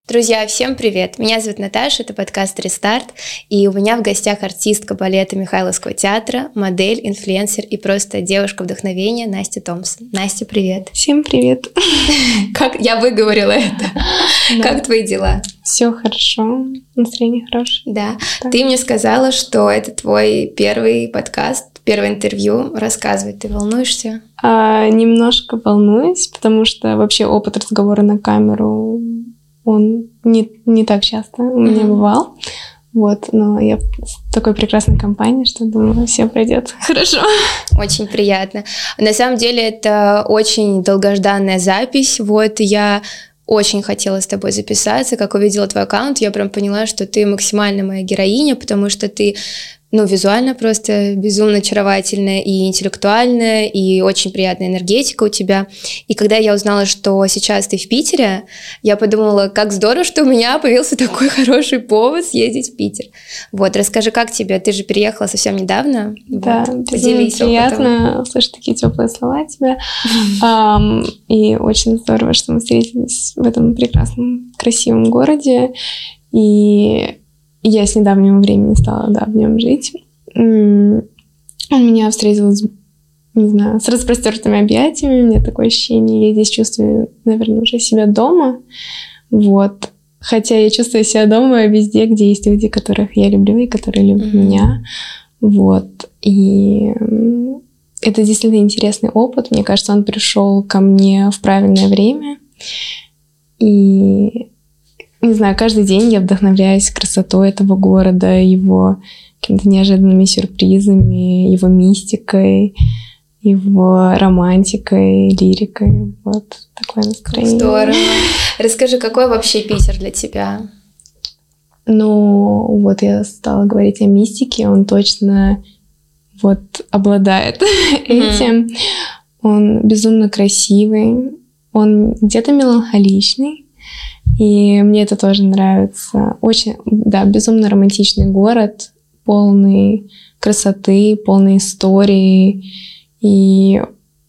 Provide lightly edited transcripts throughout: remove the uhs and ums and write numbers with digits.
Друзья, всем привет! Меня зовут Наташа, это подкаст «Рестарт», и у меня в гостях артистка балета Михайловского театра, модель, инфлюенсер и просто девушка вдохновения Настя Томпсон. Настя, привет! Всем привет! Как я выговорила это? Как твои дела? Все хорошо, настроение хорошее. Да. Ты мне сказала, что это твой первый подкаст, первое интервью. Рассказывай, ты волнуешься? Немножко волнуюсь, потому что вообще опыт разговора на камеру, он не так часто у меня бывал. Вот, но я в такой прекрасной компании, что думаю, все пройдет хорошо. Очень приятно. На самом деле это очень долгожданная запись. Вот я очень хотела с тобой записаться. Как увидела твой аккаунт, я прям поняла, что ты максимально моя героиня, потому что ты визуально просто безумно очаровательная и интеллектуальная, и очень приятная энергетика у тебя. И когда я узнала, что сейчас ты в Питере, я подумала, как здорово, что у меня появился такой хороший повод съездить в Питер. Вот, расскажи, как тебе? Ты же переехала совсем недавно. Да, вот, поделись приятно слышать такие теплые слова от тебя. И очень здорово, что мы встретились в этом прекрасном, красивом городе. И я с недавнего времени стала, в нем жить. Он меня встретил, не знаю, с распростертыми объятиями. У меня такое ощущение, я здесь чувствую, наверное, уже себя дома. Вот. Хотя я чувствую себя дома везде, где есть люди, которых я люблю и которые любят меня. Вот. И это действительно интересный опыт. Мне кажется, он пришел ко мне в правильное время. И не знаю, каждый день я вдохновляюсь красотой этого города, его какими-то неожиданными сюрпризами, его мистикой, его романтикой, лирикой. Вот такое настроение. Здорово. Расскажи, какой вообще Питер для тебя? Вот я стала говорить о мистике, он точно обладает этим. Он безумно красивый, он где-то меланхоличный. И мне это тоже нравится. Очень, безумно романтичный город, полный красоты, полный истории. И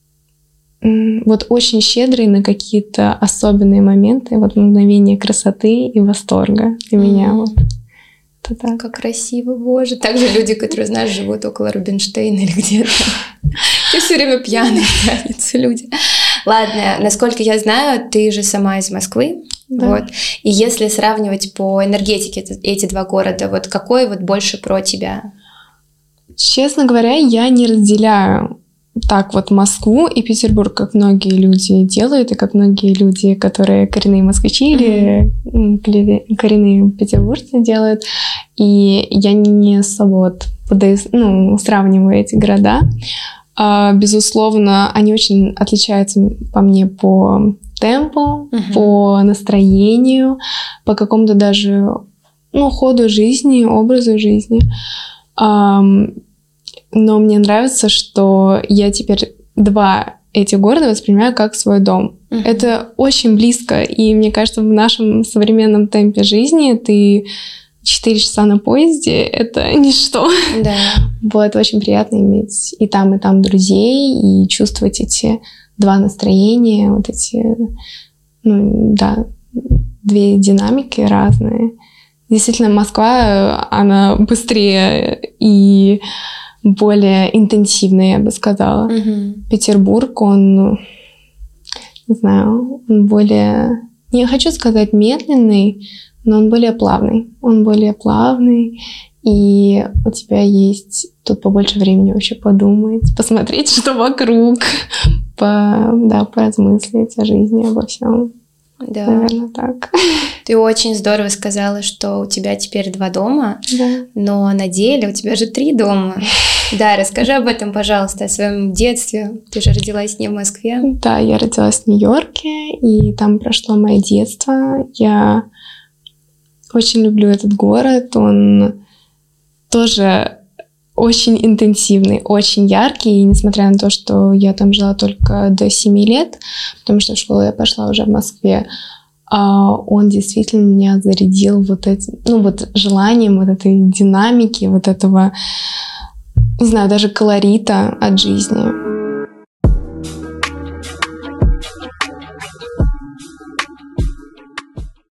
очень щедрый на какие-то особенные моменты, мгновения красоты и восторга для меня. Это так. Как красиво, боже. Также люди, которые, знаешь, живут около Рубинштейна или где-то. Ты все время пьяные, пьяницы люди. Ладно, насколько я знаю, ты же сама из Москвы. Да. Вот. И если сравнивать по энергетике эти два города, какой больше про тебя? Честно говоря, я не разделяю так Москву и Петербург, как многие люди делают, и как многие люди, которые коренные москвичи или коренные петербуржцы делают. И я не особо сравниваю эти города. Безусловно, они очень отличаются по мне по темпу, по настроению, по какому-то даже ходу жизни, образу жизни. Но мне нравится, что я теперь два эти города воспринимаю как свой дом. Это очень близко, и мне кажется, в нашем современном темпе жизни ты 4 часа на поезде — это ничто. Да. Очень приятно иметь и там друзей, и чувствовать эти два настроения, эти, две динамики разные. Действительно, Москва, она быстрее и более интенсивная, я бы сказала. Петербург, он, не знаю, он более, не хочу сказать медленный, но он более плавный. И у тебя есть тут побольше времени вообще подумать, посмотреть, что вокруг, поразмыслить о жизни, обо всем. Да. Наверное, так. Ты очень здорово сказала, что у тебя теперь 2 дома, но на деле у тебя же 3 дома. Да, расскажи об этом, пожалуйста, о своем детстве. Ты же родилась не в Москве. Да, я родилась в Нью-Йорке, и там прошло мое детство. Я очень люблю этот город. Он тоже очень интенсивный, очень яркий. И несмотря на то, что я там жила только до 7 лет, потому что в школу я пошла уже в Москве, он действительно меня зарядил желанием этой динамики, этого, не знаю, даже колорита от жизни.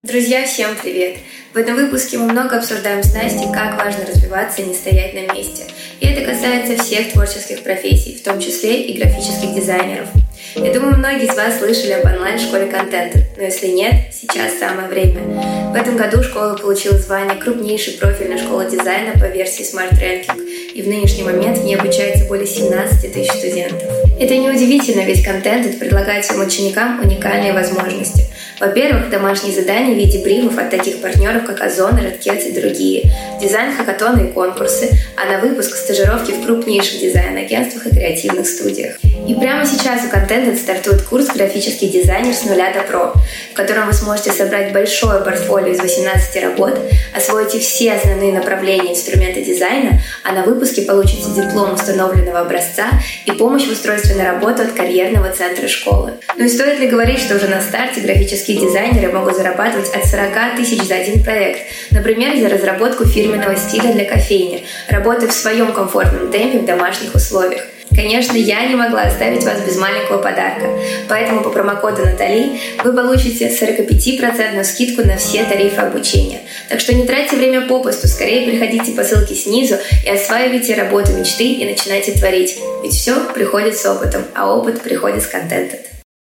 Друзья, всем привет! В этом выпуске мы много обсуждаем с Настей, как важно развиваться и не стоять на месте. И это касается всех творческих профессий, в том числе и графических дизайнеров. Я думаю, многие из вас слышали об онлайн-школе контента, но если нет, сейчас самое время. В этом году школа получила звание крупнейшей профильной школы дизайна по версии Smart Ranking, и в нынешний момент в ней обучается более 17 тысяч студентов. Это неудивительно, ведь контент предлагает своим ученикам уникальные возможности. Во-первых, домашние задания в виде брифов от таких партнеров, как Озон, Redcats и другие, дизайн-хакатоны и конкурсы, а на выпуск стажировки в крупнейших дизайн-агентствах и креативных студиях. И прямо сейчас у Contented стартует курс «Графический дизайнер с нуля до про», в котором вы сможете собрать большое портфолио из 18 работ, освоите все основные направления инструмента дизайна, а на выпуске получите диплом установленного образца и помощь в устройстве на работу от карьерного центра школы. Ну и стоит ли говорить, что уже на старте графические дизайнеры могут зарабатывать от 40 тысяч за один проект, например, за разработку фирменного стиля для кофейни, работая в своем комфортном темпе в домашних условиях. Конечно, я не могла оставить вас без маленького подарка, поэтому по промокоду Натали вы получите 45% скидку на все тарифы обучения. Так что не тратьте время попусту, скорее переходите по ссылке снизу и осваивайте работу мечты и начинайте творить. Ведь все приходит с опытом, а опыт приходит с контентом.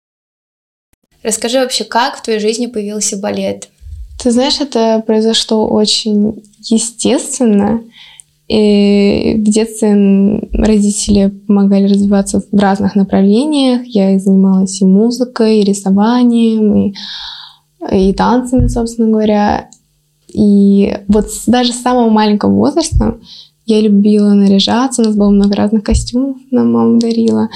Расскажи вообще, как в твоей жизни появился балет? Ты знаешь, это произошло очень естественно. И в детстве родители помогали развиваться в разных направлениях. Я занималась и музыкой, и рисованием, и танцами, собственно говоря. И вот даже с самого маленького возраста я любила наряжаться. У нас было много разных костюмов, нам мама дарила.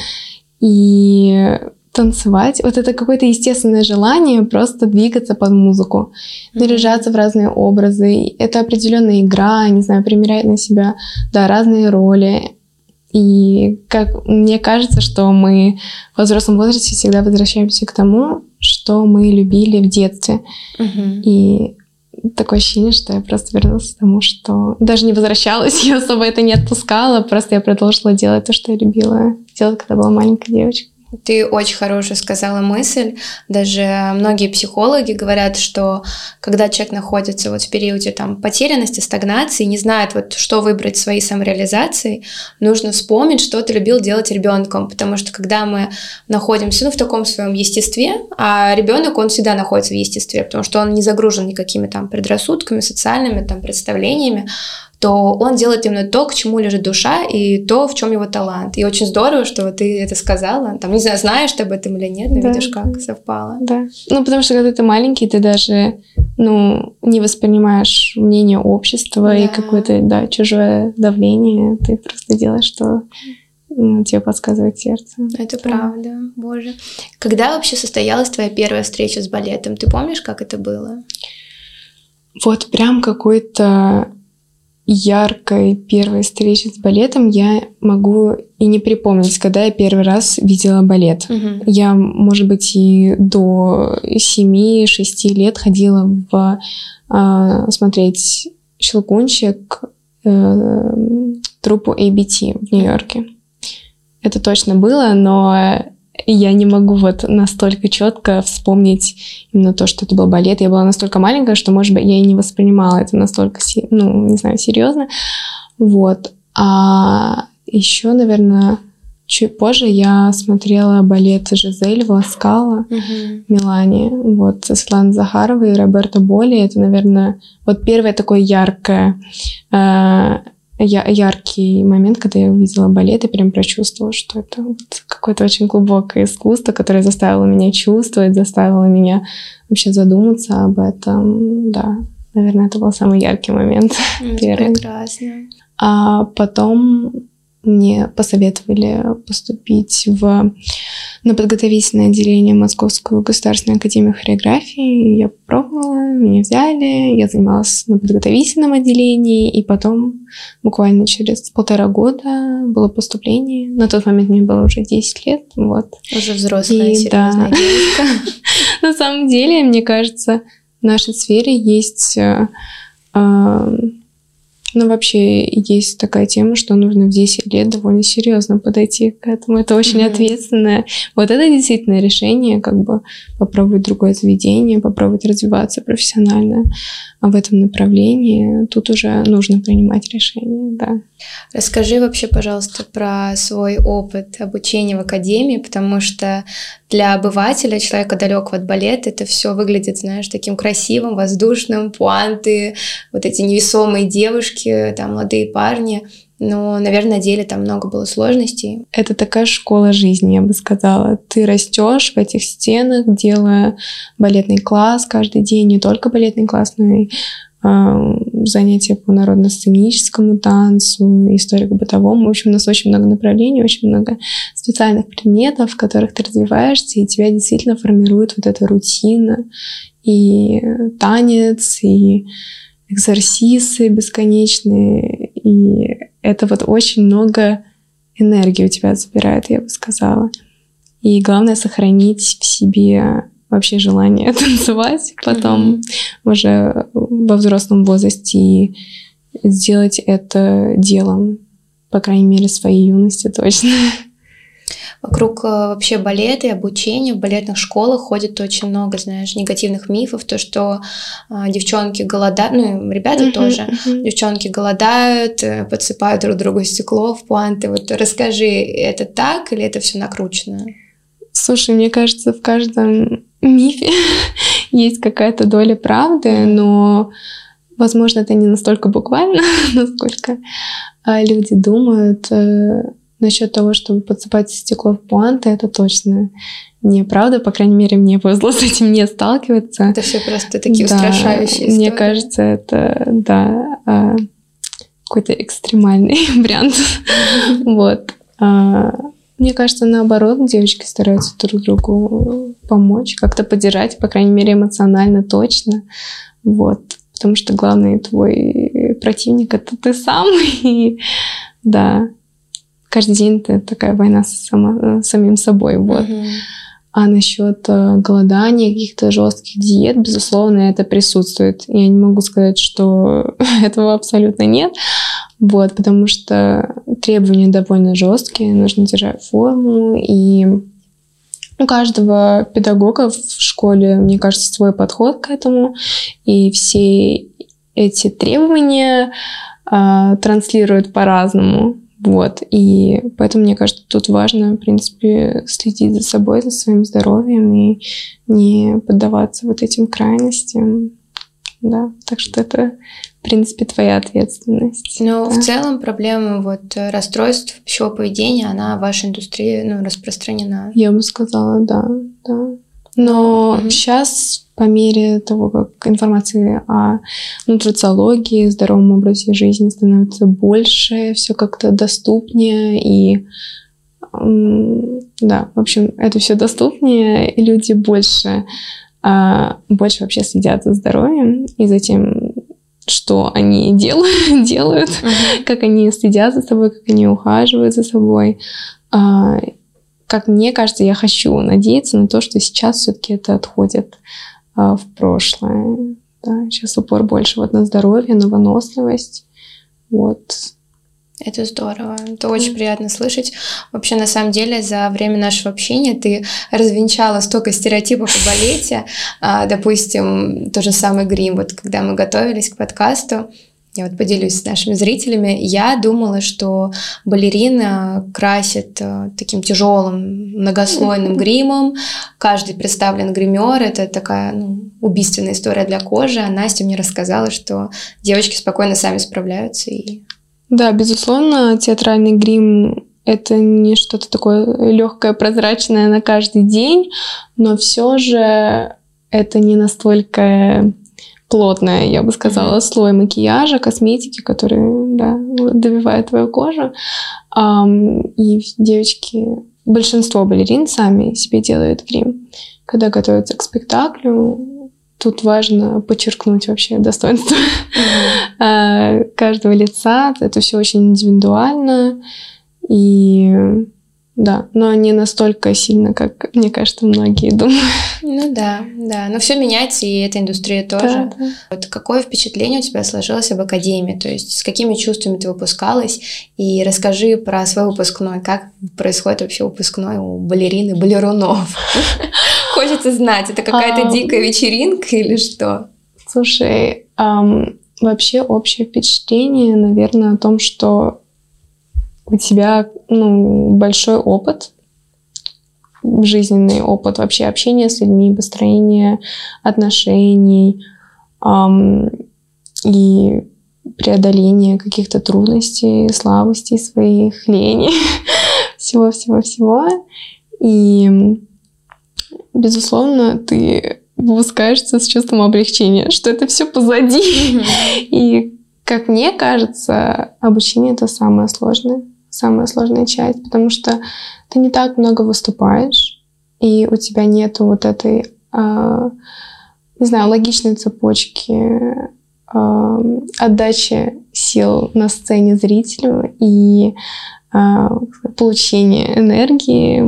И танцевать. Вот это какое-то естественное желание просто двигаться под музыку, наряжаться в разные образы. Это определенная игра, не знаю, примерять на себя, да, разные роли. И как мне кажется, что мы в взрослом возрасте всегда возвращаемся к тому, что мы любили в детстве. И такое ощущение, что я просто вернулась к тому, что даже не возвращалась, я особо это не отпускала, просто я продолжила делать то, что я любила делать, когда была маленькой девочкой. Ты очень хорошую сказала мысль. Даже многие психологи говорят, что когда человек находится вот в периоде потерянности, стагнации, не знает, что выбрать в своей самореализации, нужно вспомнить, что ты любил делать ребенком. Потому что когда мы находимся в таком своем естестве, а ребенок, он всегда находится в естестве, потому что он не загружен никакими предрассудками, социальными представлениями, то он делает именно то, к чему лежит душа, и то, в чем его талант. И очень здорово, что ты это сказала. Не знаю, знаешь ты об этом или нет, но видишь, как совпало. Да. Потому что когда ты маленький, ты даже не воспринимаешь мнение общества и какое-то чужое давление. Ты просто делаешь, что тебе подсказывает сердце. Это правда, боже. Когда вообще состоялась твоя первая встреча с балетом? Ты помнишь, как это было? Вот прям какой-то яркой первой встречи с балетом я могу и не припомнить, когда я первый раз видела балет. Я, может быть, и до 7-6 лет ходила смотреть «Щелкунчик» труппу ABT в Нью-Йорке. Это точно было, но я не могу настолько четко вспомнить именно то, что это был балет. Я была настолько маленькая, что, может быть, я и не воспринимала это настолько, не знаю, серьезно. А еще, наверное, чуть позже я смотрела балет «Жизель» в Ла-Скала в Милане. Светланы Захаровой и Роберто Боли. Это, наверное, первое такое яркий момент, когда я увидела балет и прям прочувствовала, что это какое-то очень глубокое искусство, которое заставило меня чувствовать, заставило меня вообще задуматься об этом. Да, наверное, это был самый яркий момент. Прекрасно. А потом мне посоветовали поступить на подготовительное отделение Московскую государственную академию хореографии. Я попробовала, меня взяли, я занималась на подготовительном отделении, и потом буквально через 1,5 года было поступление. На тот момент мне было уже 10 лет. Уже взрослая, серьезная девушка. На самом деле, мне кажется, в нашей сфере есть Ну, вообще, есть такая тема, что нужно в 10 лет довольно серьезно подойти к этому. Это очень ответственное. Вот это действительно решение, как бы попробовать другое заведение, попробовать развиваться профессионально в этом направлении. Тут уже нужно принимать решение, да. Расскажи вообще, пожалуйста, про свой опыт обучения в академии, потому что для обывателя, человека далекого от балета, это все выглядит, знаешь, таким красивым, воздушным, пуанты, вот эти невесомые девушки, там молодые парни. Но, наверное, на деле там много было сложностей. Это такая школа жизни, я бы сказала. Ты растешь в этих стенах, делая балетный класс каждый день, не только балетный класс, но и занятия по народно-сценическому танцу, историко-бытовому. В общем, у нас очень много направлений, очень много специальных предметов, в которых ты развиваешься, и тебя действительно формирует вот эта рутина, и танец, и экзерсисы бесконечные, и это вот очень много энергии у тебя забирает, я бы сказала. И главное сохранить в себе вообще желание танцевать потом уже во взрослом возрасте и сделать это делом, по крайней мере, своей юности точно. Вокруг вообще балета и обучения в балетных школах ходит очень много, знаешь, негативных мифов, то, что девчонки голодают, ну, ребята тоже, девчонки голодают, подсыпают друг другу стекло в пуанты. Вот расскажи, это так или это все накручено? Слушай, мне кажется, в каждом мифе есть какая-то доля правды, но, возможно, это не настолько буквально, насколько люди думают. Насчет того, чтобы подсыпать стекло в пуанты, это точно неправда. По крайней мере, мне повезло с этим не сталкиваться. Это все просто такие устрашающие истории. Мне кажется, это, да, какой-то экстремальный вариант. Вот. Мне кажется, наоборот, девочки стараются друг другу помочь, как-то поддержать, по крайней мере, эмоционально точно. Вот. Потому что главный твой противник — это ты сам. И да, каждый день это такая война с самим собой. Вот. А насчет голодания, каких-то жестких диет, безусловно, это присутствует. Я не могу сказать, что этого абсолютно нет. Вот, потому что требования довольно жесткие, нужно держать форму, и у каждого педагога в школе, мне кажется, свой подход к этому, и все эти требования транслируют по-разному. Вот, и поэтому, мне кажется, тут важно, в принципе, следить за собой, за своим здоровьем и не поддаваться вот этим крайностям. Да, так что это, в принципе, твоя ответственность. Но да. В целом проблема вот расстройств пищевого поведения, она в вашей индустрии распространена. Я бы сказала, да. Но сейчас, по мере того, как информации о нутрициологии, здоровом образе жизни становится больше, все как-то доступнее, и да, в общем, это все доступнее, и люди больше вообще следят за здоровьем и за тем, что они делают, как они следят за собой, как они ухаживают за собой. Как мне кажется, я хочу надеяться на то, что сейчас все-таки это отходит в прошлое. Да, сейчас упор больше вот на здоровье, на выносливость. Вот. Это здорово, это очень приятно слышать. Вообще, на самом деле, за время нашего общения ты развенчала столько стереотипов о балете. Допустим, тот же самый грим. Вот когда мы готовились к подкасту, я вот поделюсь с нашими зрителями, я думала, что балерина красит таким тяжелым многослойным гримом. Каждый представлен гример. Это такая убийственная история для кожи. А Настя мне рассказала, что девочки спокойно сами справляются и... Да, безусловно, театральный грим — это не что-то такое легкое, прозрачное на каждый день, но все же это не настолько плотное, я бы сказала, слой макияжа, косметики, который, да, добивает твою кожу. И девочки, большинство балерин сами себе делают грим. Когда готовятся к спектаклю, тут важно подчеркнуть вообще достоинство каждого лица. Это все очень индивидуально. И да, но не настолько сильно, как, мне кажется, многие думают. Ну да, но все меняется, и эта индустрия тоже. Да. Вот какое впечатление у тебя сложилось об академии? То есть с какими чувствами ты выпускалась? И расскажи про свой выпускной. Как происходит вообще выпускной у балерин и балерунов? Хочется знать, это какая-то дикая вечеринка или что? Слушай, вообще общее впечатление, наверное, о том, что у тебя большой опыт, жизненный опыт вообще общения с людьми, построения отношений и преодоления каких-то трудностей, слабостей своих, лени, всего-всего-всего. И, безусловно, ты выпускаешься с чувством облегчения, что это все позади. И, как мне кажется, обучение — это самая сложная часть, потому что ты не так много выступаешь, и у тебя нету вот этой, не знаю, логичной цепочки отдачи сил на сцене зрителю и получения энергии,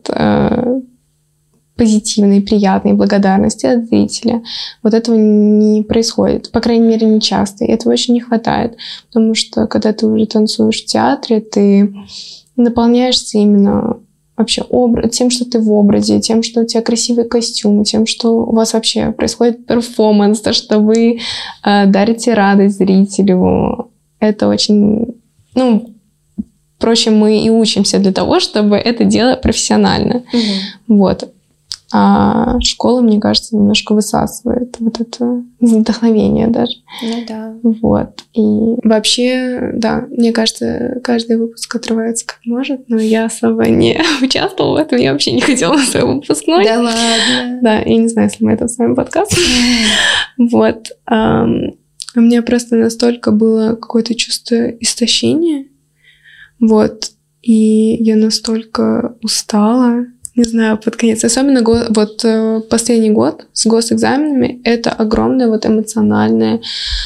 позитивной, приятной благодарности от зрителя. Вот этого не происходит. По крайней мере, не часто. И этого очень не хватает. Потому что, когда ты уже танцуешь в театре, ты наполняешься именно вообще тем, что ты в образе, тем, что у тебя красивый костюм, тем, что у вас вообще происходит перформанс, то, что вы дарите радость зрителю. Это очень... впрочем, мы и учимся для того, чтобы это делать профессионально. Вот. А школа, мне кажется, немножко высасывает вот это вдохновение даже. Ну да. Вот. И вообще, да, мне кажется, каждый выпуск отрывается как может, но я особо не участвовала в этом, я вообще не хотела на свой выпускной. Да ладно? Да, я не знаю, если мы это с вами подкаст. Вот. У меня просто настолько было какое-то чувство истощения, вот, и я настолько устала, не знаю, под конец. Особенно последний год с госэкзаменами — это огромное эмоциональное,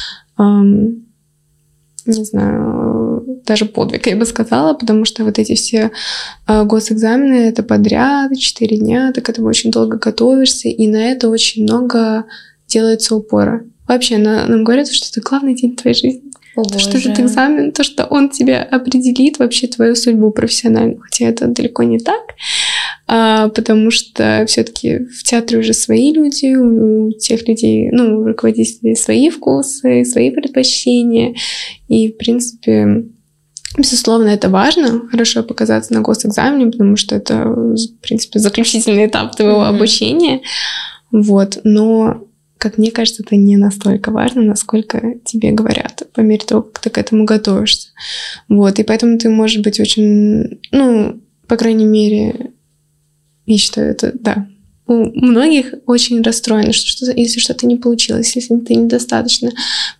не знаю, даже подвиг, я бы сказала, потому что вот эти все госэкзамены — это подряд, 4 дня, ты к этому очень долго готовишься, и на это очень много делается упора. Вообще, нам говорят, что это главный день твоей жизни. Что этот экзамен, то, что он тебя определит вообще твою судьбу профессиональную. Хотя это далеко не так, потому что все-таки в театре уже свои люди, у тех людей, у руководителей свои вкусы, свои предпочтения. И, в принципе, безусловно, это важно, хорошо показаться на госэкзамене, потому что это, в принципе, заключительный этап твоего обучения. Вот. Но, как мне кажется, это не настолько важно, насколько тебе говорят, по мере того, как ты к этому готовишься. Вот. И поэтому ты можешь быть очень, по крайней мере, я считаю, это, да, у многих очень расстроено, что если что-то не получилось, если ты недостаточно,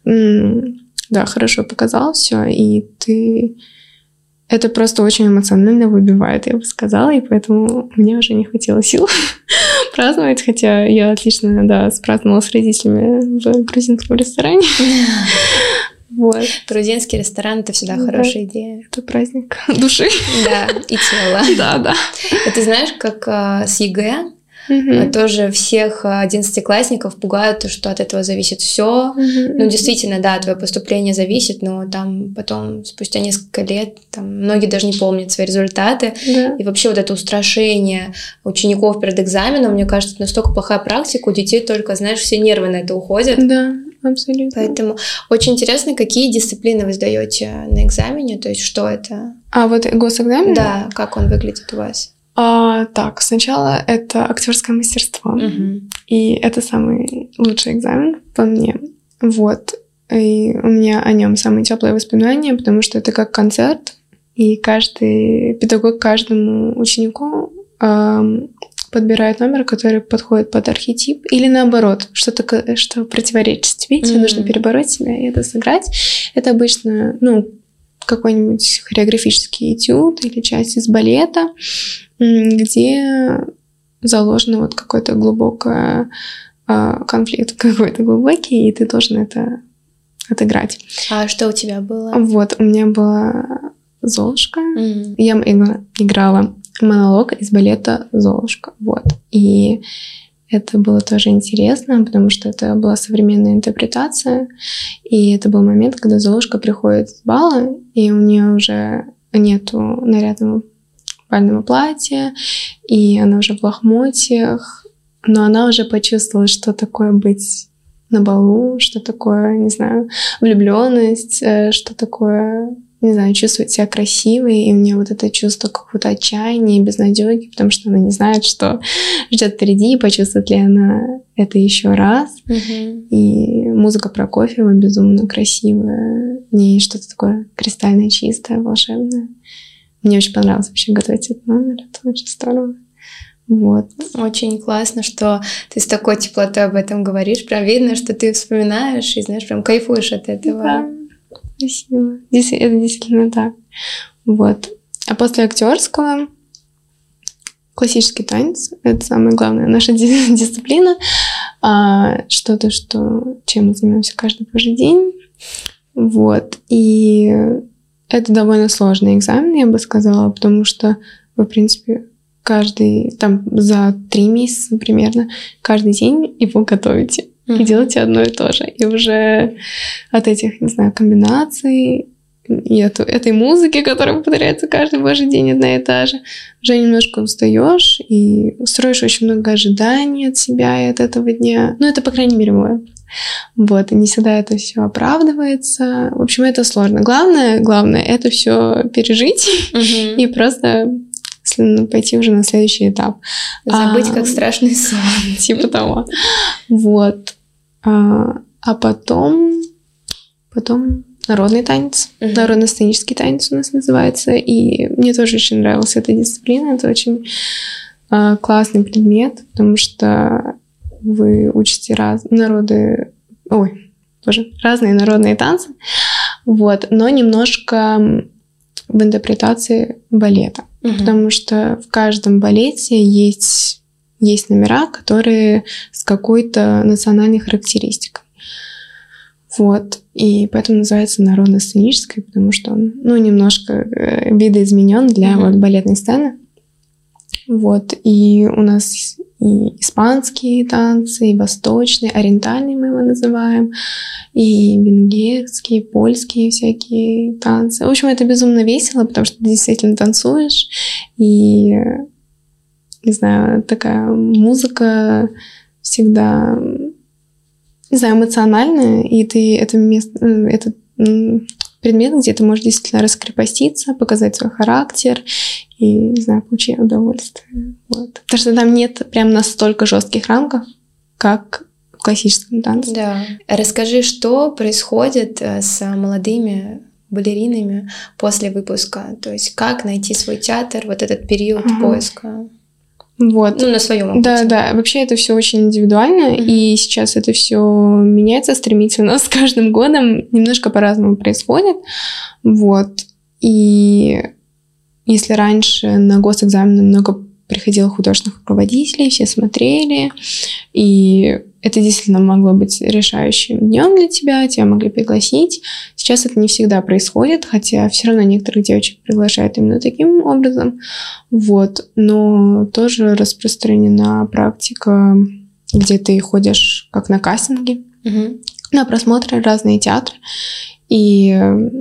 хорошо показал все, и ты... Это просто очень эмоционально выбивает, я бы сказала, и поэтому мне уже не хватило сил праздновать, хотя я отлично, спраздновала с родителями в грузинском ресторане. Вот. Грузинский ресторан — это всегда хорошая идея. Это праздник души. Да, и тела. Да. А ты знаешь, как с ЕГЭ тоже всех 11-классников пугают, что от этого зависит все. Действительно, да, твое поступление зависит, но там потом, спустя несколько лет, многие даже не помнят свои результаты. Да. И вообще вот это устрашение учеников перед экзаменом, мне кажется, это настолько плохая практика, у детей только, знаешь, все нервы на это уходят. Да. Абсолютно. Поэтому очень интересно, какие дисциплины вы сдаете на экзамене, то есть что это? Вот госэкзамен? Да, как он выглядит у вас? Так, сначала это актерское мастерство. И это самый лучший экзамен по мне. Вот. И у меня о нем самые теплые воспоминания, потому что это как концерт, и каждый педагог каждому ученику подбирает номер, который подходит под архетип, или наоборот, что противоречит тебе, тебе нужно перебороть себя и это сыграть. Это обычно, какой-нибудь хореографический этюд или часть из балета, где заложено какой-то глубокий конфликт, какой-то глубокий, и ты должен это отыграть. А что у тебя было? Вот, у меня была Золушка. Я играла монолог из балета «Золушка». Вот. И это было тоже интересно, потому что это была современная интерпретация. И это был момент, когда Золушка приходит с бала, и у нее уже нету нарядного бального платья, и она уже в лохмотьях, но она уже почувствовала, что такое быть на балу, что такое, не знаю, влюбленность, что такое, не знаю, чувствовать себя красивой, и у нее вот это чувство какого-то отчаяния, безнадёги, потому что она не знает, что ждет впереди, и почувствует ли она это еще раз. И музыка Прокофьева безумно красивая, в ней что-то такое кристально чистое, волшебное. Мне очень понравилось вообще готовить этот номер, это очень здорово. Вот. Очень классно, что ты с такой теплотой об этом говоришь. Прям видно, что ты вспоминаешь и, знаешь, прям кайфуешь от этого. Да, спасибо. Это действительно так. Вот. А после актерского классический танец — это самая главная наша дисциплина. Что-то, чем мы занимаемся каждый божий день. Вот. И это довольно сложный экзамен, я бы сказала, потому что вы, в принципе, каждый, там, за 3 месяца примерно, каждый день его готовите. И делаете одно и то же. И уже от этих, не знаю, комбинаций и этой музыки, которая повторяется каждый божий день одна и та же, уже немножко устаешь и строишь очень много ожиданий от себя и от этого дня. Ну, это, по крайней мере, мой. Вот, и не всегда это все оправдывается. В общем, это сложно. Главное это все пережить и просто пойти уже на следующий этап. Забыть, как страшный сон. Типа того. Вот. А потом народный танец. Народно-сценический танец у нас называется. И мне тоже очень нравилась эта дисциплина. Это очень классный предмет, потому что вы учите разные народные танцы, вот, но немножко в интерпретации балета, потому что в каждом балете есть номера, которые с какой-то национальной характеристикой. Вот, и поэтому называется народно-сценической, потому что он, немножко видоизменен для балетной сцены. Вот, и у нас и испанские танцы, и восточные, ориентальные мы его называем, и венгерские, польские всякие танцы. В общем, это безумно весело, потому что ты действительно танцуешь, и, не знаю, такая музыка всегда, не знаю, эмоциональная, и ты этот предмет, где ты можешь действительно раскрепоститься, показать свой характер и, не знаю, получить удовольствие. Вот. Потому что там нет прям настолько жестких рамков, как в классическом танце. Да. Расскажи, что происходит с молодыми балеринами после выпуска? То есть как найти свой театр, вот этот период поиска? Вот. На своем опыте. Да. Вообще это все очень индивидуально, и сейчас это все меняется стремительно. С каждым годом немножко по-разному происходит. Вот. И если раньше на госэкзамены много приходило художественных руководителей, все смотрели, и это действительно могло быть решающим днем для тебя могли пригласить. Сейчас это не всегда происходит, хотя все равно некоторых девочек приглашают именно таким образом. Вот. Но тоже распространена практика, где ты ходишь как на кастинги, на просмотры, разные театры, и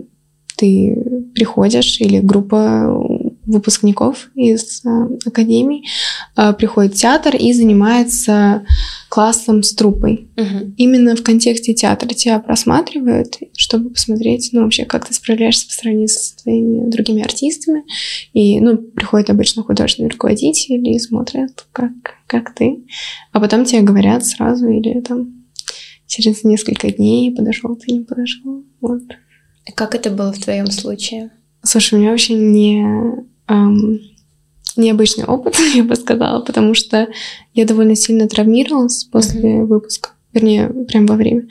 ты приходишь, или группа выпускников из академий приходит в театр и занимается классом с труппой. Именно в контексте театра тебя просматривают, чтобы посмотреть, вообще, как ты справляешься по сравнению с твоими другими артистами. И, приходят обычно художественные руководители и смотрят, как ты. А потом тебе говорят сразу, или там через несколько дней подошел ты, не подошел. Вот. Как это было в твоем случае? Слушай, у меня вообще необычный опыт, я бы сказала, потому что я довольно сильно травмировалась после выпуска, вернее, прям во время,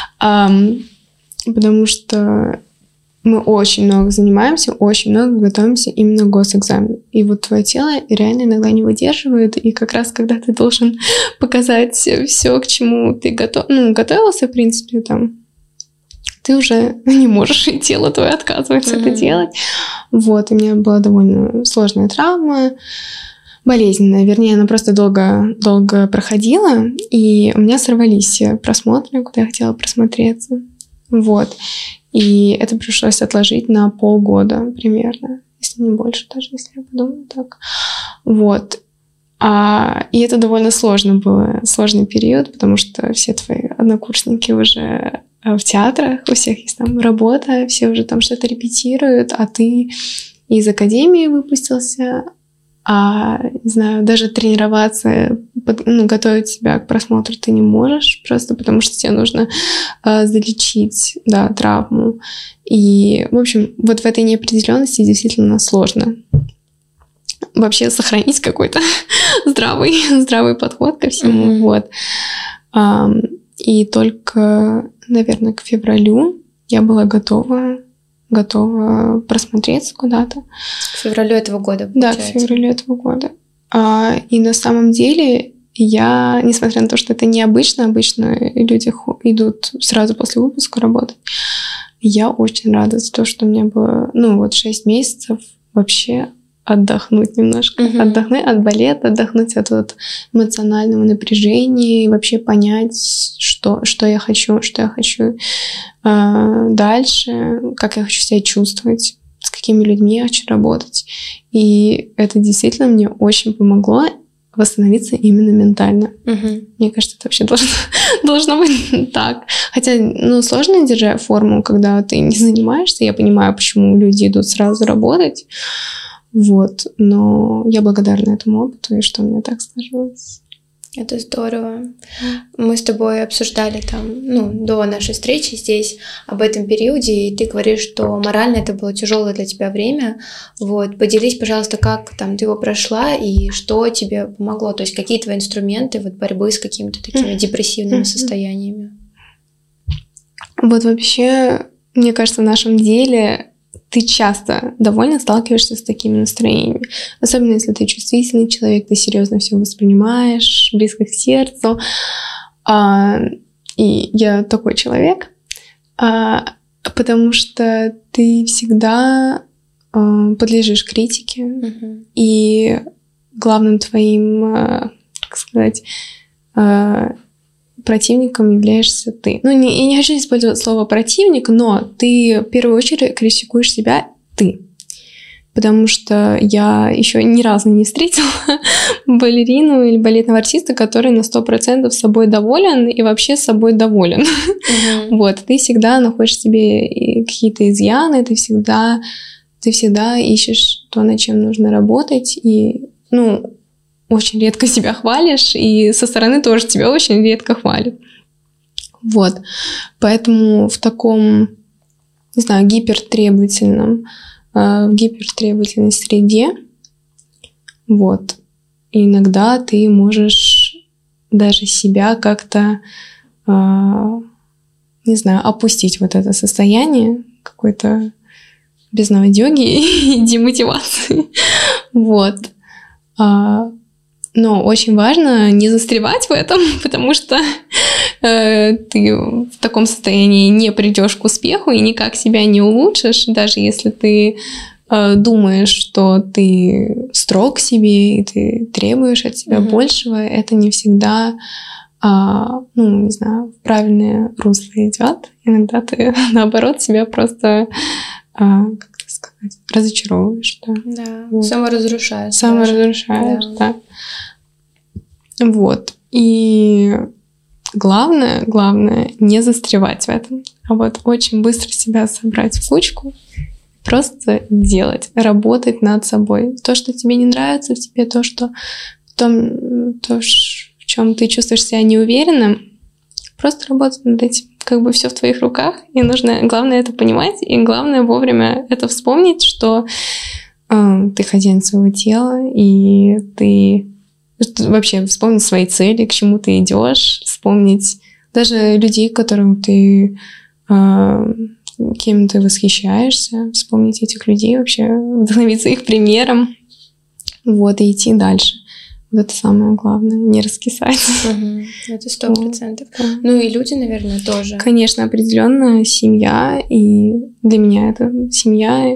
потому что мы очень много занимаемся, очень много готовимся именно к госэкзамену. И вот твое тело реально иногда не выдерживает, и как раз когда ты должен показать все, к чему ты готовился, в принципе, там, ты уже не можешь, и тело твое отказывается это делать. Вот, у меня была довольно сложная травма, болезненная, вернее, она просто долго проходила, и у меня сорвались все просмотры, куда я хотела просмотреться. Вот. И это пришлось отложить на полгода примерно, если не больше даже, если я подумаю так. Вот. И это довольно сложно было, сложный период, потому что все твои однокурсники уже в театрах, у всех есть там работа, все уже там что-то репетируют, а ты из академии выпустился, не знаю, даже тренироваться, готовить себя к просмотру ты не можешь, просто потому что тебе нужно залечить, травму. И, в общем, вот в этой неопределенности действительно сложно вообще сохранить какой-то здравый подход ко всему. Вот. И только, наверное, к февралю я была готова просмотреться куда-то. К февралю этого года, получается? Да, к февралю этого года. И на самом деле я, несмотря на то, что это необычно, обычно люди идут сразу после выпуска работать, я очень рада за то, что у меня было, 6 месяцев вообще отдохнуть немножко. Отдохнуть от балета, отдохнуть от эмоционального напряжения и вообще понять, что я хочу дальше, как я хочу себя чувствовать, с какими людьми я хочу работать. И это действительно мне очень помогло восстановиться именно ментально. Мне кажется, это вообще должно быть так. Хотя, сложно держать форму, когда ты не занимаешься. Я понимаю, почему люди идут сразу работать. Вот. Но я благодарна этому опыту, и что у меня так сложилось. Это здорово. Мы с тобой обсуждали до нашей встречи здесь об этом периоде, и ты говоришь, что морально это было тяжелое для тебя время. Вот. Поделись, пожалуйста, как ты его прошла и что тебе помогло, то есть какие твои инструменты борьбы с какими-то такими депрессивными состояниями. Вот вообще, мне кажется, в нашем деле ты часто довольно сталкиваешься с такими настроениями. Особенно, если ты чувствительный человек, ты серьезно все воспринимаешь, близко к сердцу. И я такой человек, потому что ты всегда подлежишь критике. И главным твоим, противником являешься ты. Я не хочу использовать слово «противник», но ты в первую очередь критикуешь себя ты. Потому что я еще ни разу не встретила балерину или балетного артиста, который на 100% собой доволен и вообще собой доволен. Вот. Ты всегда находишь в себе какие-то изъяны, ты всегда ищешь то, над чем нужно работать, и, очень редко себя хвалишь, и со стороны тоже тебя очень редко хвалят. Вот. Поэтому в таком, гипертребовательной среде, вот, иногда ты можешь даже себя как-то, опустить вот это состояние какой-то безнадёги и демотивации. Вот. Но очень важно не застревать в этом, потому что ты в таком состоянии не придешь к успеху и никак себя не улучшишь, даже если ты думаешь, что ты строг к себе и ты требуешь от себя большего, это не всегда в правильное русло идет. Иногда ты, наоборот, себя просто разочаровываешь. Да, вот. Саморазрушаешь. Да. Вот. И главное не застревать в этом, а вот очень быстро себя собрать в кучку, просто делать, работать над собой. То, что тебе не нравится в тебе, в чем ты чувствуешь себя неуверенным, просто работать над этим. Все в твоих руках, и нужно, главное, это понимать, и главное вовремя это вспомнить, что ты хозяин своего тела, и ты вообще вспомнить свои цели, к чему ты идешь, вспомнить даже людей, кем ты восхищаешься, вспомнить этих людей, вообще вдохновиться их примером, вот, и идти дальше. Вот это самое главное, не раскисать. Это 100%. Ну и люди, наверное, тоже. Конечно, определенно семья, и для меня это семья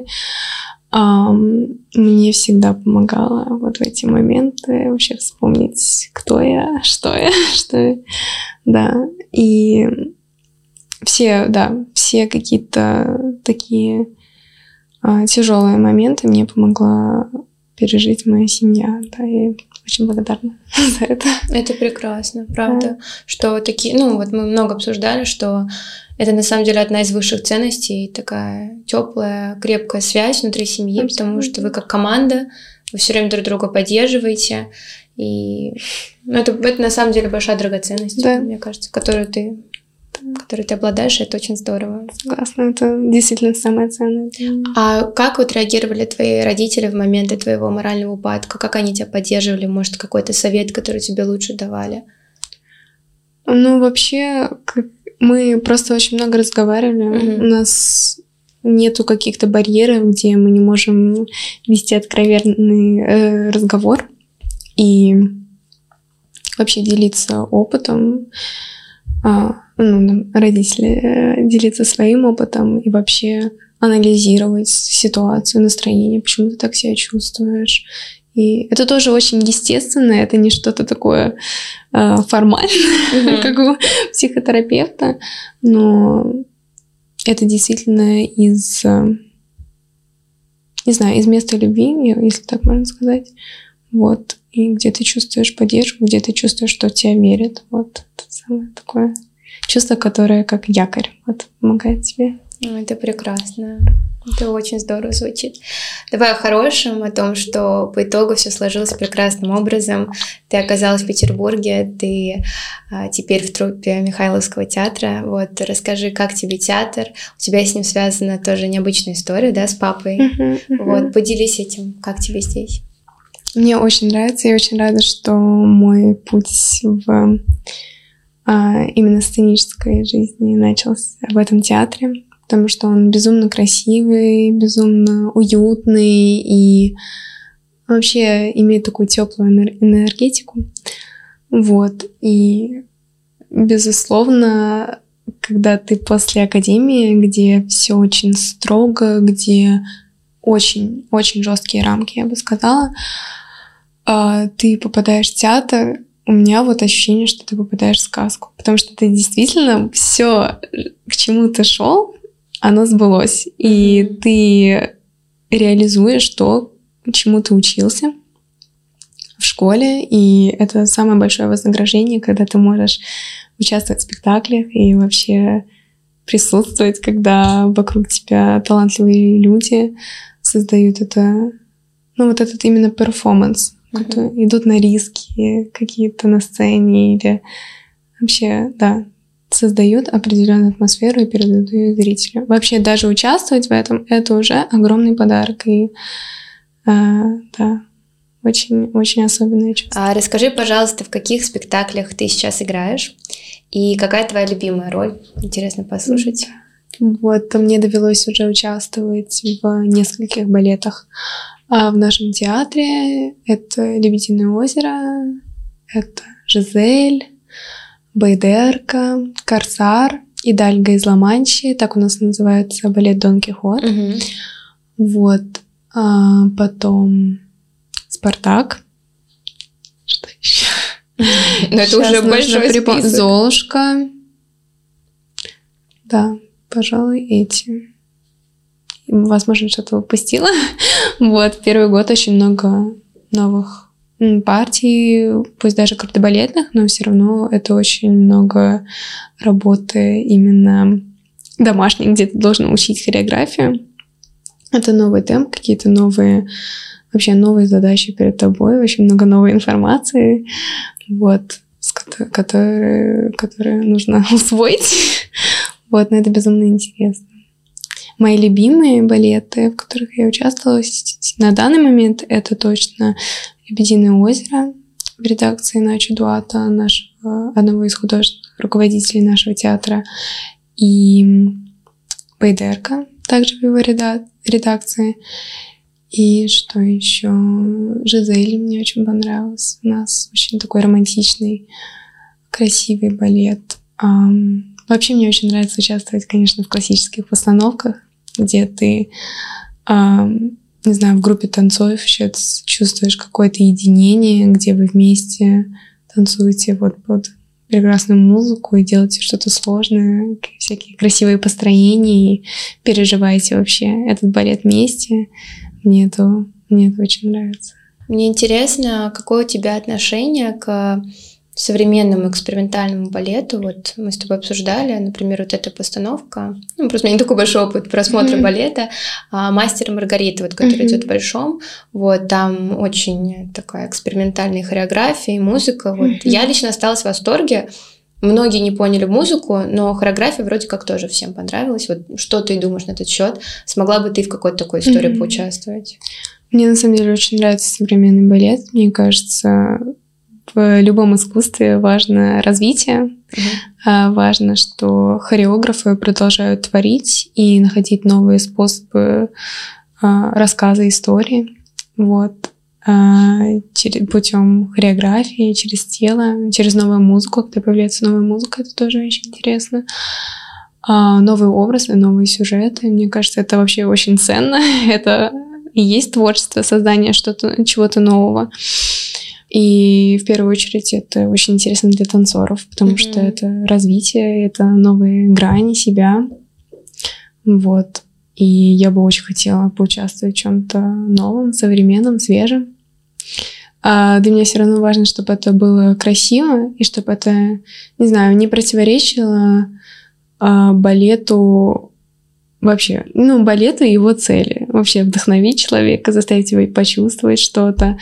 мне всегда помогала вот в эти моменты вообще вспомнить, кто я, что я. Да, и все какие-то такие тяжелые моменты мне помогла пережить моя семья, да, и очень благодарна за это. Это прекрасно, правда, что такие, вот мы много обсуждали, что это на самом деле одна из высших ценностей, такая теплая, крепкая связь внутри семьи, потому что вы как команда, вы все время друг друга поддерживаете, и это на самом деле большая драгоценность, мне кажется, которой ты обладаешь, и это очень здорово. Согласна, это действительно самое ценное. А как вот реагировали твои родители в моменты твоего морального упадка? Как они тебя поддерживали? Может, какой-то совет, который тебе лучше давали? Вообще, мы просто очень много разговаривали. У нас нету каких-то барьеров, где мы не можем вести откровенный разговор и вообще делиться опытом. Родители делиться своим опытом и вообще анализировать ситуацию, настроение, почему ты так себя чувствуешь. И это тоже очень естественно, это не что-то такое формальное, как у психотерапевта, но это действительно из места любви, если так можно сказать. Вот. И где ты чувствуешь поддержку, где ты чувствуешь, что в тебя верят. Вот это самое такое чувство, которое как якорь помогает тебе. Это прекрасно. Это очень здорово звучит. Давай о хорошем, о том, что по итогу все сложилось прекрасным образом. Ты оказалась в Петербурге, ты теперь в труппе Михайловского театра. Вот расскажи, как тебе театр? У тебя с ним связана тоже необычная история, да, с папой. Вот, поделись этим, как тебе здесь? Мне очень нравится, я очень рада, что мой путь в именно сценической жизни начался в этом театре, потому что он безумно красивый, безумно уютный и вообще имеет такую теплую энергетику. Вот. И, безусловно, когда ты после академии, где все очень строго, где очень жесткие рамки, я бы сказала, ты попадаешь в театр, у меня вот ощущение, что ты попадаешь в сказку, потому что ты действительно все, к чему ты шел, оно сбылось, и ты реализуешь то, чему ты учился в школе, и это самое большое вознаграждение, когда ты можешь участвовать в спектаклях и вообще присутствовать, когда вокруг тебя талантливые люди создают это, вот этот именно перформанс. Идут на риски какие-то на сцене или вообще, создают определенную атмосферу и передают ее зрителю. Вообще даже участвовать в этом — это уже огромный подарок. И очень особенное чувство. Расскажи, пожалуйста, в каких спектаклях ты сейчас играешь и какая твоя любимая роль? Интересно послушать. Вот, мне довелось уже участвовать в нескольких балетах в нашем театре. Это «Лебединое озеро», это «Жизель», «Байдерка», «Корсар» и «Дальга из Ла-Манчи». Так у нас называется балет «Дон Кихот». Вот. Потом «Спартак». Что еще? Но это уже большой список. «Золушка». Да, пожалуй, эти. Возможно, что-то упустила. Вот, первый год очень много новых партий, пусть даже кардебалетных, но все равно это очень много работы именно домашней, где ты должен учить хореографию. Это новый темп, какие-то новые задачи перед тобой, очень много новой информации, вот, которые нужно усвоить. Вот, но это безумно интересно. Мои любимые балеты, в которых я участвовала на данный момент, это точно «Лебединое озеро» в редакции Начо Дуата, одного из художественных руководителей нашего театра, и «Байдерка», также в его редакции. И что еще? Жизель мне очень понравилась. У нас очень такой романтичный, красивый балет. Вообще мне очень нравится участвовать, конечно, в классических постановках, где ты, не знаю, в группе танцоров еще чувствуешь какое-то единение, где вы вместе танцуете вот под прекрасную музыку и делаете что-то сложное, всякие красивые построения, и переживаете вообще этот балет вместе. Мне это очень нравится. Мне интересно, какое у тебя отношение к современному экспериментальному балету. Вот мы с тобой обсуждали, например, вот эта постановка, просто у меня не такой большой опыт просмотра балета, «Мастер и Маргарита», вот, который идет в Большом, вот, там очень такая экспериментальная хореография и музыка, вот. Я лично осталась в восторге, многие не поняли музыку, но хореография вроде как тоже всем понравилась. Вот что ты думаешь на этот счет? Смогла бы ты в какой-то такой истории поучаствовать? Мне на самом деле очень нравится современный балет, мне кажется, в любом искусстве важно развитие, важно, что хореографы продолжают творить и находить новые способы рассказа истории, вот, путем хореографии, через тело, через новую музыку, когда появляется новая музыка, это тоже очень интересно. Новые образы, новые сюжеты, мне кажется, это вообще очень ценно, это и есть творчество, создание чего-то нового. И в первую очередь это очень интересно для танцоров, потому что это развитие, это новые грани себя. Вот. И я бы очень хотела поучаствовать в чем-то новом, современном, свежем. Для меня все равно важно, чтобы это было красиво, и чтобы это, не знаю, не противоречило балету вообще, балету и его цели. Вообще вдохновить человека, заставить его почувствовать что-то.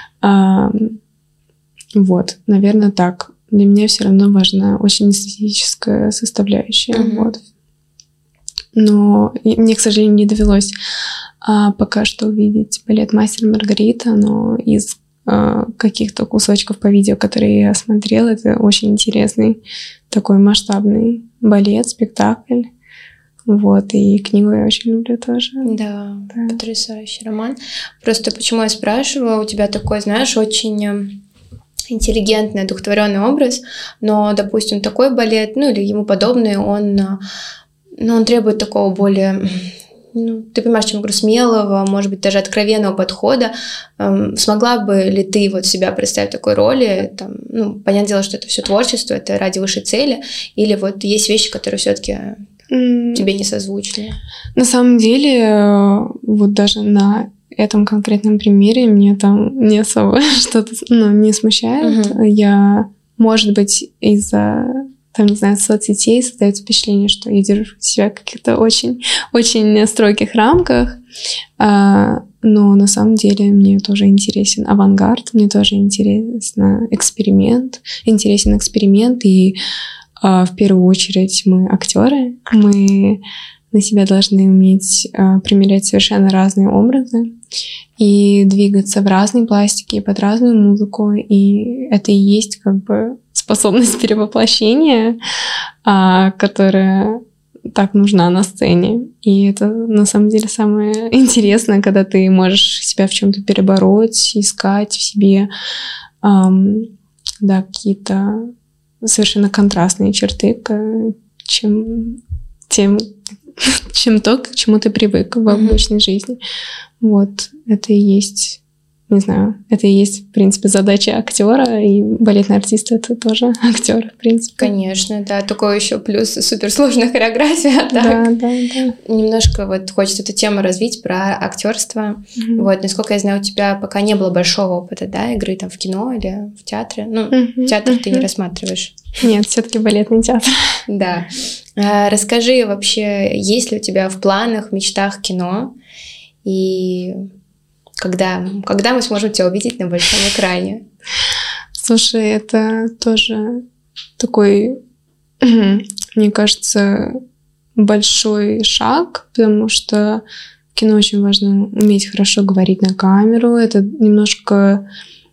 Вот, наверное, так. Для меня все равно важна очень эстетическая составляющая. Вот. Но мне, к сожалению, не довелось пока что увидеть балет «Мастер и Маргарита», но из каких-то кусочков по видео, которые я смотрела, это очень интересный такой масштабный балет, спектакль. Вот, и книгу я очень люблю тоже. Да, потрясающий роман. Просто почему я спрашиваю, у тебя такой, знаешь, очень интеллигентный, одухотворенный образ, но, допустим, такой балет, или ему подобный, он требует такого более, ты понимаешь, чем я говорю, смелого, может быть, даже откровенного подхода. Смогла бы ли ты вот себя представить в такой роли? Понятное дело, что это все творчество, это ради высшей цели, или вот есть вещи, которые все-таки тебе не созвучны? На самом деле, вот даже на этом конкретном примере меня там не особо что-то не смущает. Я, может быть, из-за соцсетей создается впечатление, что я держу себя в каких-то очень, очень строгих рамках. Но на самом деле мне тоже интересен авангард, мне тоже интересен эксперимент, и в первую очередь мы актеры, мы на себя должны уметь примерять совершенно разные образы и двигаться в разной пластике, под разную музыку, и это и есть как бы способность перевоплощения, которая так нужна на сцене. И это на самом деле самое интересное, когда ты можешь себя в чем-то перебороть, искать в себе какие-то совершенно контрастные черты, чем то, к чему ты привык в обычной жизни. Вот, это и есть, не знаю, это и есть, в принципе, задача актера, и балетный артист — это тоже актер, в принципе. Конечно, да, такой еще плюс суперсложная хореография. Да. Немножко вот хочется эту тему развить про актерство. Вот, насколько я знаю, у тебя пока не было большого опыта, да, игры там в кино или в театре. Театр ты не рассматриваешь. Нет, все-таки балетный театр. Да. Расскажи вообще, есть ли у тебя в планах, в мечтах кино? И когда мы сможем тебя увидеть на большом экране? Слушай, это тоже такой, мне кажется, большой шаг, потому что в кино очень важно уметь хорошо говорить на камеру. Это немножко...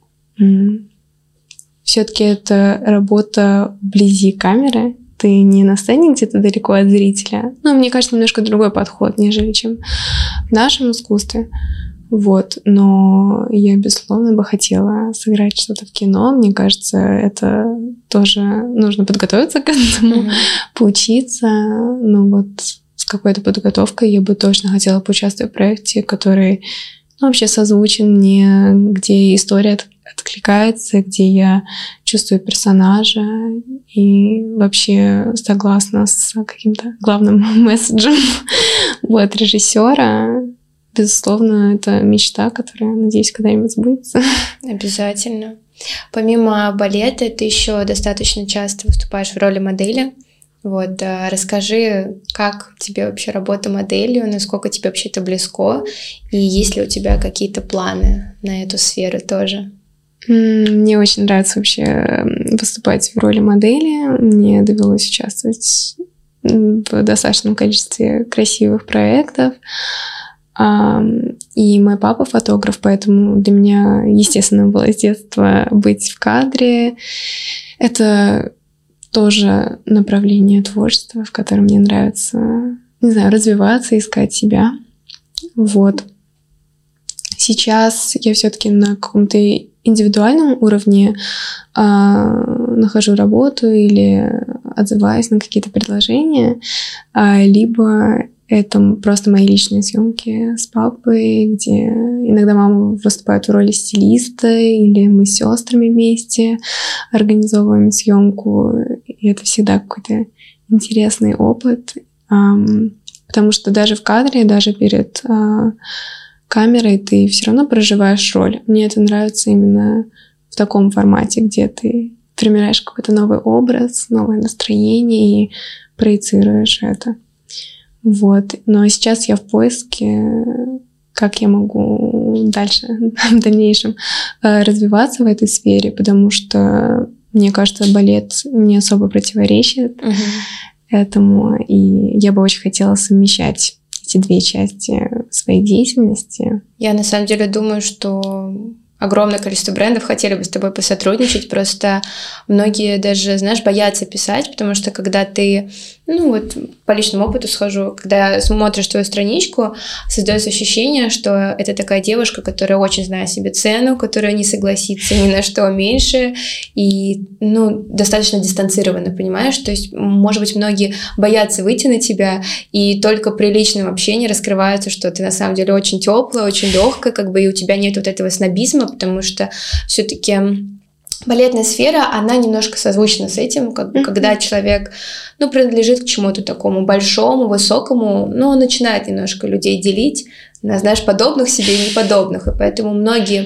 Все-таки это работа вблизи камеры. Ты не на сцене где-то далеко от зрителя. Мне кажется, немножко другой подход, нежели чем в нашем искусстве. Вот, но я, безусловно, бы хотела сыграть что-то в кино. Мне кажется, это тоже нужно подготовиться к этому, поучиться. Но вот с какой-то подготовкой я бы точно хотела поучаствовать в проекте, который вообще созвучен мне, где история откликается, где я чувствую персонажа и вообще согласна с каким-то главным месседжем вот, режиссера. Безусловно, это мечта, которая, надеюсь, когда-нибудь сбудется. Обязательно. Помимо балета, ты еще достаточно часто выступаешь в роли модели. Вот, расскажи, как тебе вообще работа моделью, насколько тебе вообще это близко, и есть ли у тебя какие-то планы на эту сферу тоже? Мне очень нравится вообще выступать в роли модели. Мне довелось участвовать в достаточном количестве красивых проектов. И мой папа фотограф, поэтому для меня, естественно, было с детства быть в кадре. Это тоже направление творчества, в котором мне нравится, не знаю, развиваться, искать себя. Вот. Сейчас я все-таки на каком-то индивидуальном уровне нахожу работу или отзываюсь на какие-то предложения, либо это просто мои личные съемки с папой, где иногда мама выступает в роли стилиста, или мы с сестрами вместе организовываем съемку. И это всегда какой-то интересный опыт, потому что даже в кадре, даже перед камерой ты все равно проживаешь роль. Мне это нравится именно в таком формате, где ты примеряешь какой-то новый образ, новое настроение и проецируешь это. Вот. Но сейчас я в поиске, как я могу дальше, в дальнейшем развиваться в этой сфере, потому что, мне кажется, балет не особо противоречит этому, и я бы очень хотела совмещать эти две части своей деятельности. Я на самом деле думаю, что огромное количество брендов хотели бы с тобой посотрудничать, просто многие даже, знаешь, боятся писать, потому что когда ты, вот по личному опыту схожу, когда смотришь твою страничку, создается ощущение, что это такая девушка, которая очень знает себе цену, которая не согласится ни на что меньше и, достаточно дистанцированно, понимаешь? То есть, может быть, многие боятся выйти на тебя, и только при личном общении раскрывается, что ты на самом деле очень теплая, очень легкая, и у тебя нет вот этого снобизма, потому что все-таки балетная сфера, она немножко созвучна с этим, когда человек, принадлежит к чему-то такому большому, высокому, он начинает немножко людей делить на, знаешь, подобных себе и неподобных, и поэтому многие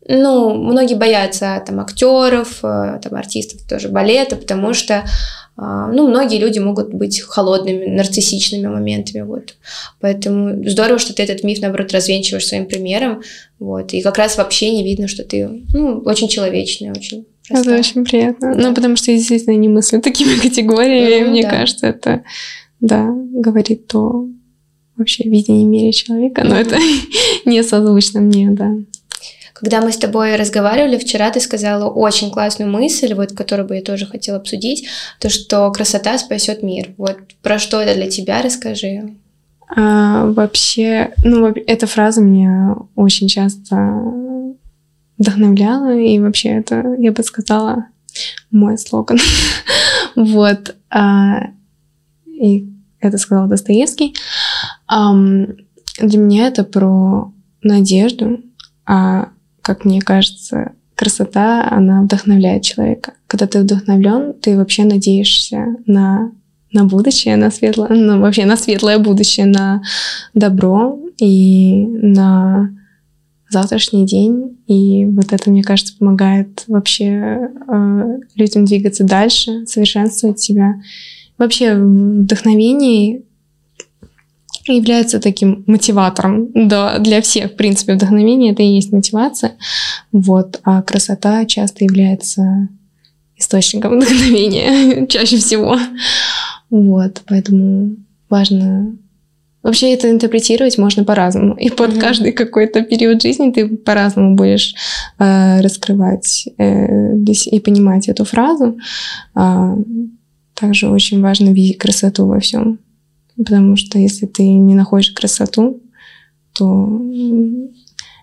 боятся актеров, артистов тоже балета, потому что многие люди могут быть холодными, нарциссичными моментами, вот. Поэтому здорово, что ты этот миф, наоборот, развенчиваешь своим примером, вот. И как раз вообще не видно, что ты, очень человечная, очень простая. Это очень приятно. Да. Потому что я действительно не мыслю такими категориями. Мне кажется, это, говорит о вообще видении мира человека, но это не созвучно мне, да. Когда мы с тобой разговаривали вчера, ты сказала очень классную мысль, которую бы я тоже хотела обсудить, то, что красота спасет мир. Вот про что это для тебя, расскажи. Вообще, эта фраза меня очень часто вдохновляла, и вообще это, я бы сказала, мой слоган. Вот. И это сказал Достоевский. Для меня это про надежду, как мне кажется, красота, она вдохновляет человека. Когда ты вдохновлен, ты вообще надеешься на будущее, вообще на светлое будущее, на добро и на завтрашний день. И вот это, мне кажется, помогает вообще людям двигаться дальше, совершенствовать себя. Вообще вдохновение является таким мотиватором для всех. В принципе, вдохновение — это и есть мотивация. Вот. А красота часто является источником вдохновения чаще всего. Вот. Поэтому важно... Вообще это интерпретировать можно по-разному. И под каждый какой-то период жизни ты по-разному будешь раскрывать и понимать эту фразу. Также очень важно видеть красоту во всем. Потому что если ты не находишь красоту, то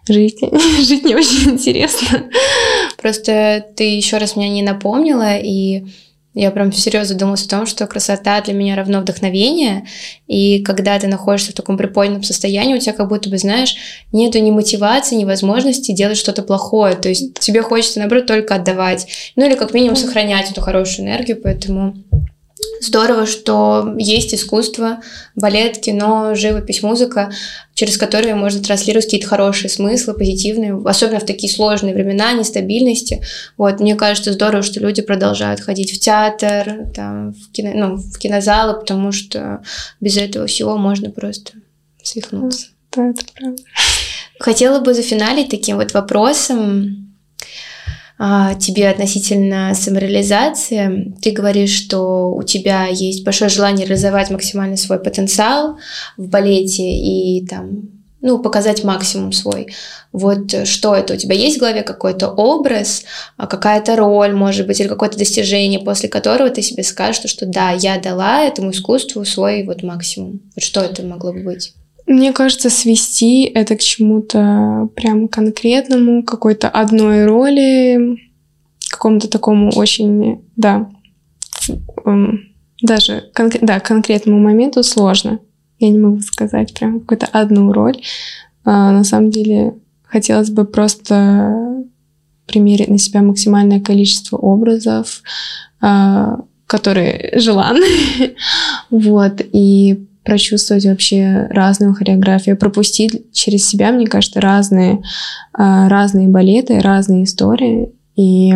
жить не очень интересно. Просто ты еще раз меня не напомнила, и я прям всерьез задумалась о том, что красота для меня равно вдохновение, и когда ты находишься в таком приподнятом состоянии, у тебя как будто бы, знаешь, нету ни мотивации, ни возможности делать что-то плохое, то есть тебе хочется, наоборот, только отдавать, ну или как минимум сохранять эту хорошую энергию, поэтому здорово, что есть искусство, балет, кино, живопись, музыка, через которые можно транслировать какие-то хорошие смыслы, позитивные, особенно в такие сложные времена нестабильности. Вот, мне кажется, здорово, что люди продолжают ходить в театр, там, в кинозалы, потому что без этого всего можно просто свихнуться. Да, это правда. Хотела бы зафиналить таким вот вопросом тебе относительно самореализации. Ты говоришь, что у тебя есть большое желание реализовать максимально свой потенциал в балете и там, показать максимум свой. Вот что это? У тебя есть в голове какой-то образ, какая-то роль, может быть, или какое-то достижение, после которого ты себе скажешь, что да, я дала этому искусству свой вот максимум. Вот что это могло бы быть? Мне кажется, свести это к чему-то прям конкретному, какой-то одной роли, какому-то такому очень, даже конкретному моменту сложно. Я не могу сказать прям какую-то одну роль. На самом деле хотелось бы просто примерить на себя максимальное количество образов, которые желанны. Вот, и прочувствовать вообще разную хореографию, пропустить через себя, мне кажется, разные балеты, разные истории. И,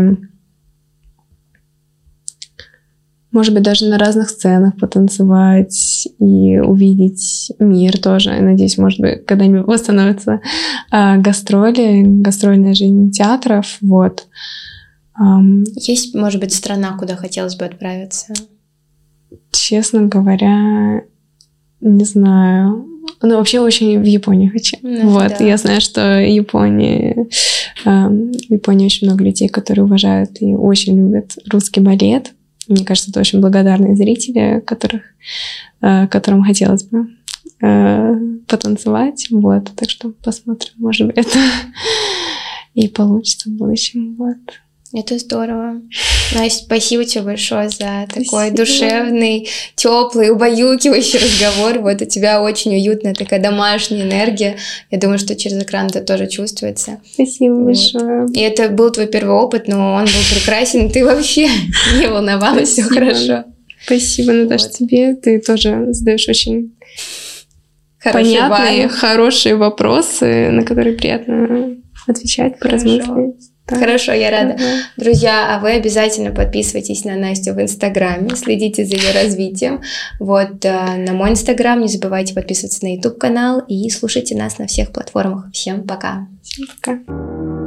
может быть, даже на разных сценах потанцевать и увидеть мир тоже. Я надеюсь, может быть, когда-нибудь восстановятся гастрольная жизнь театров. Вот. Есть, может быть, страна, куда хотелось бы отправиться? Честно говоря, не знаю. Вообще очень в Японию хочу. Да. Я знаю, что в Японии очень много людей, которые уважают и очень любят русский балет. Мне кажется, это очень благодарные зрители, которым хотелось бы потанцевать. Вот. Так что посмотрим, может быть, это и получится в будущем. Вот. Это здорово. Настя, спасибо тебе большое за такой душевный, теплый, убаюкивающий разговор. Вот у тебя очень уютная такая домашняя энергия. Я думаю, что через экран это тоже чувствуется. Спасибо большое. И это был твой первый опыт, но он был прекрасен. Ты вообще не волновалась, все хорошо. Спасибо, Наташа, тебе. Ты тоже задаешь очень понятные, хорошие вопросы, на которые приятно отвечать, поразмыслить. Да. Хорошо, я рада. Друзья, а вы обязательно подписывайтесь на Настю в Инстаграме, следите за ее развитием. Вот на мой Инстаграм, не забывайте подписываться на YouTube-канал и слушайте нас на всех платформах. Всем пока. Всем пока.